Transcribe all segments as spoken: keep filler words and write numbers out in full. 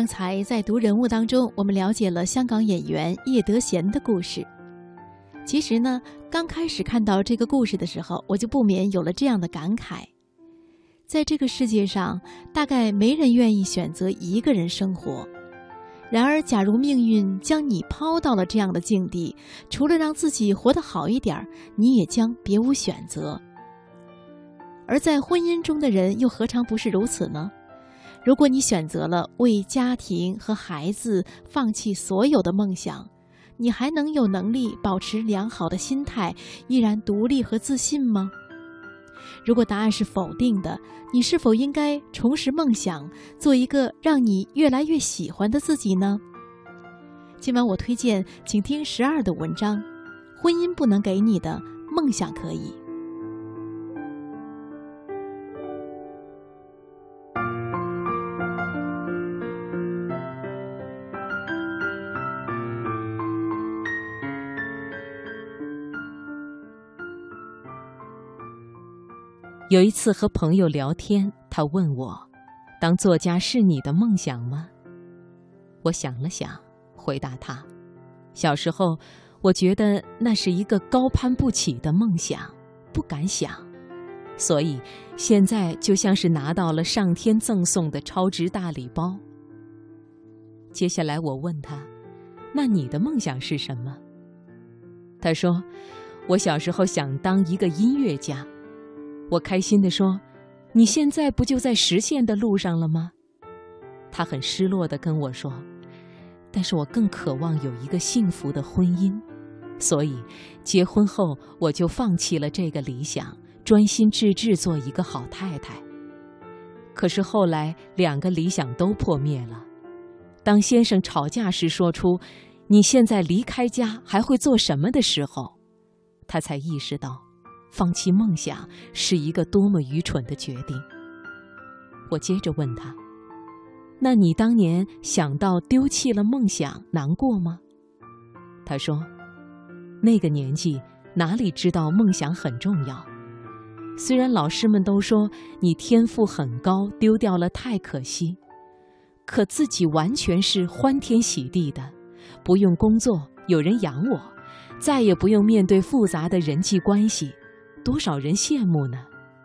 刚才在读人物当中，我们了解了香港演员叶德娴的故事。其实呢，刚开始看到这个故事的时候，我就不免有了这样的感慨：在这个世界上，大概没人愿意选择一个人生活。然而，假如命运将你抛到了这样的境地，除了让自己活得好一点，你也将别无选择。而在婚姻中的人又何尝不是如此呢？如果你选择了为家庭和孩子放弃所有的梦想，你还能有能力保持良好的心态，依然独立和自信吗？如果答案是否定的，你是否应该重拾梦想，做一个让你越来越喜欢的自己呢？今晚我推荐请听十二的文章，婚姻不能给你的，梦想可以。 有一次和朋友聊天，他问我，当作家是你的梦想吗？我想了想，回答他，小时候我觉得那是一个高攀不起的梦想，不敢想，所以现在就像是拿到了上天赠送的超值大礼包。接下来我问他，那你的梦想是什么？他说，我小时候想当一个音乐家。我开心地说，你现在不就在实现的路上了吗？他很失落地跟我说，但是我更渴望有一个幸福的婚姻，所以结婚后我就放弃了这个理想，专心致志做一个好太太。可是后来两个理想都破灭了。当先生吵架时说出，你现在离开家还会做什么的时候，他才意识到放弃梦想是一个多么愚蠢的决定。我接着问他，那你当年想到丢弃了梦想难过吗？他说，那个年纪哪里知道梦想很重要，虽然老师们都说你天赋很高，丢掉了太可惜，可自己完全是欢天喜地的，不用工作，有人养我，再也不用面对复杂的人际关系，多少人羡慕呢？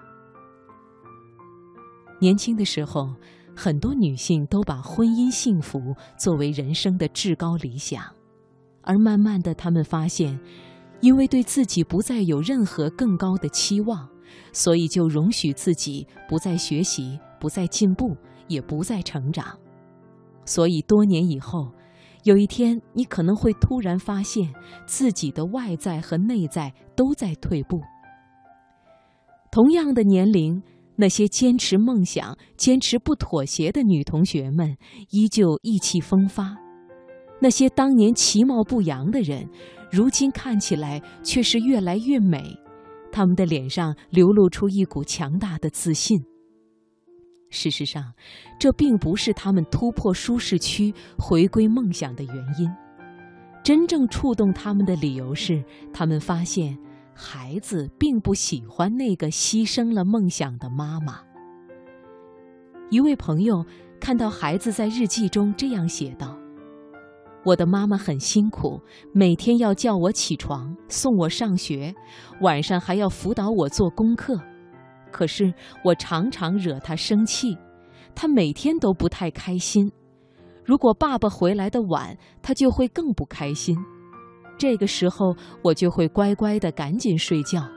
年轻的时候，很多女性都把婚姻幸福作为人生的至高理想，而慢慢的她们发现，因为对自己不再有任何更高的期望，所以就容许自己不再学习，不再进步，也不再成长。所以多年以后，有一天你可能会突然发现自己的外在和内在都在退步。同样的年龄，那些坚持梦想、坚持不妥协的女同学们依旧意气风发，那些当年其貌不扬的人，如今看起来却是越来越美，他们的脸上流露出一股强大的自信。事实上，这并不是他们突破舒适区、回归梦想的原因。真正触动他们的理由是，他们发现孩子并不喜欢那个牺牲了梦想的妈妈。一位朋友看到孩子在日记中这样写道，我的妈妈很辛苦，每天要叫我起床，送我上学，晚上还要辅导我做功课。可是我常常惹她生气，她每天都不太开心。如果爸爸回来的晚，她就会更不开心。这个时候我就会乖乖地赶紧睡觉。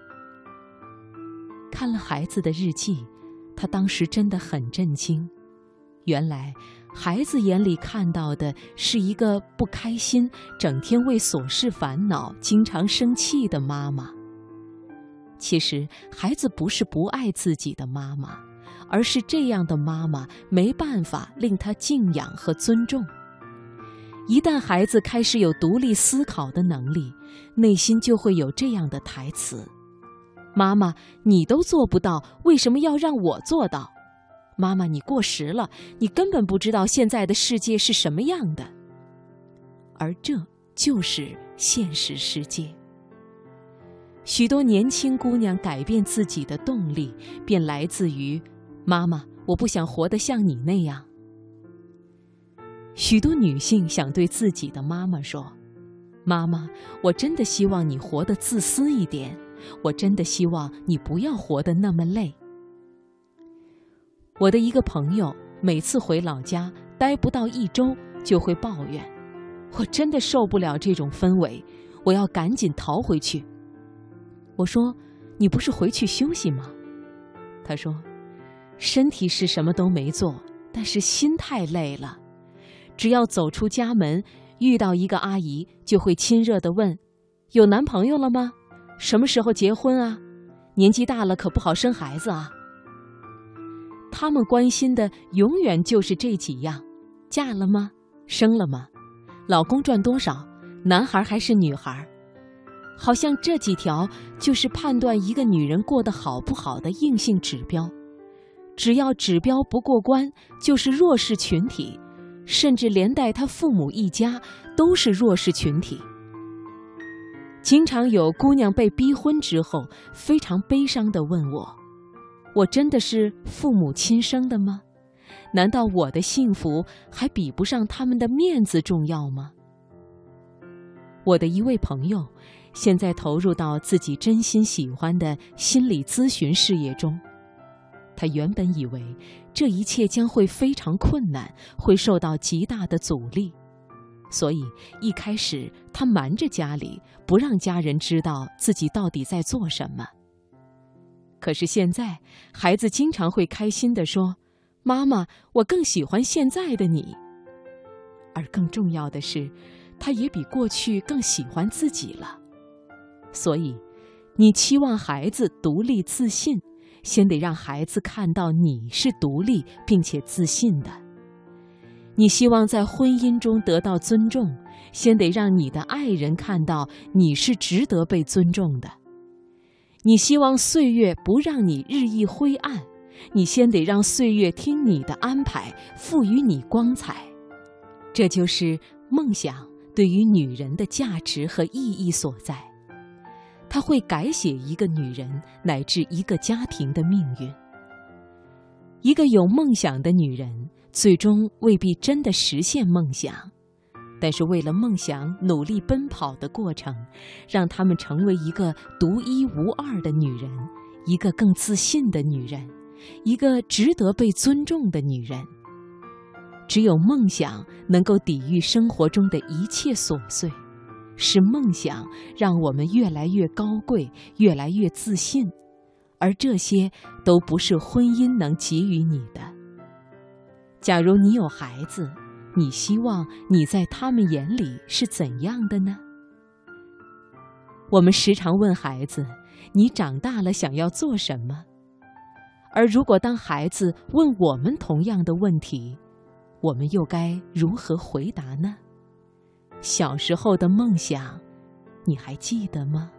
看了孩子的日记，他当时真的很震惊。原来孩子眼里看到的是一个不开心、整天为琐事烦恼、经常生气的妈妈。其实孩子不是不爱自己的妈妈，而是这样的妈妈没办法令他敬仰和尊重。一旦孩子开始有独立思考的能力，内心就会有这样的台词：妈妈，你都做不到，为什么要让我做到？妈妈，你过时了，你根本不知道现在的世界是什么样的。而这就是现实世界。许多年轻姑娘改变自己的动力，便来自于妈妈，我不想活得像你那样。 许多女性想对自己的妈妈说：妈妈，我真的希望你活得自私一点，我真的希望你不要活得那么累。我的一个朋友每次回老家待不到一周就会抱怨，我真的受不了这种氛围，我要赶紧逃回去。我说，你不是回去休息吗？他说，身体是什么都没做，但是心太累了。只要走出家门，遇到一个阿姨，就会亲热地问，有男朋友了吗？什么时候结婚啊？年纪大了可不好生孩子啊。他们关心的永远就是这几样：嫁了吗？生了吗？老公赚多少？男孩还是女孩？好像这几条就是判断一个女人过得好不好的硬性指标。只要指标不过关，就是弱势群体，甚至连带她父母一家都是弱势群体。经常有姑娘被逼婚之后，非常悲伤地问我，我真的是父母亲生的吗？难道我的幸福还比不上他们的面子重要吗？我的一位朋友现在投入到自己真心喜欢的心理咨询事业中。他原本以为这一切将会非常困难，会受到极大的阻力，所以一开始他瞒着家里，不让家人知道自己到底在做什么。可是现在，孩子经常会开心地说，妈妈，我更喜欢现在的你。而更重要的是，他也比过去更喜欢自己了。所以，你期望孩子独立自信，先得让孩子看到你是独立并且自信的。你希望在婚姻中得到尊重，先得让你的爱人看到你是值得被尊重的。你希望岁月不让你日益灰暗，你先得让岁月听你的安排，赋予你光彩。这就是梦想对于女人的价值和意义所在。它会改写一个女人乃至一个家庭的命运。一个有梦想的女人，最终未必真的实现梦想，但是为了梦想努力奔跑的过程，让她们成为一个独一无二的女人，一个更自信的女人，一个值得被尊重的女人。只有梦想能够抵御生活中的一切琐碎，是梦想让我们越来越高贵，越来越自信，而这些都不是婚姻能给予你的。假如你有孩子，你希望你在他们眼里是怎样的呢？我们时常问孩子，你长大了想要做什么？而如果当孩子问我们同样的问题，我们又该如何回答呢？小时候的梦想，你还记得吗？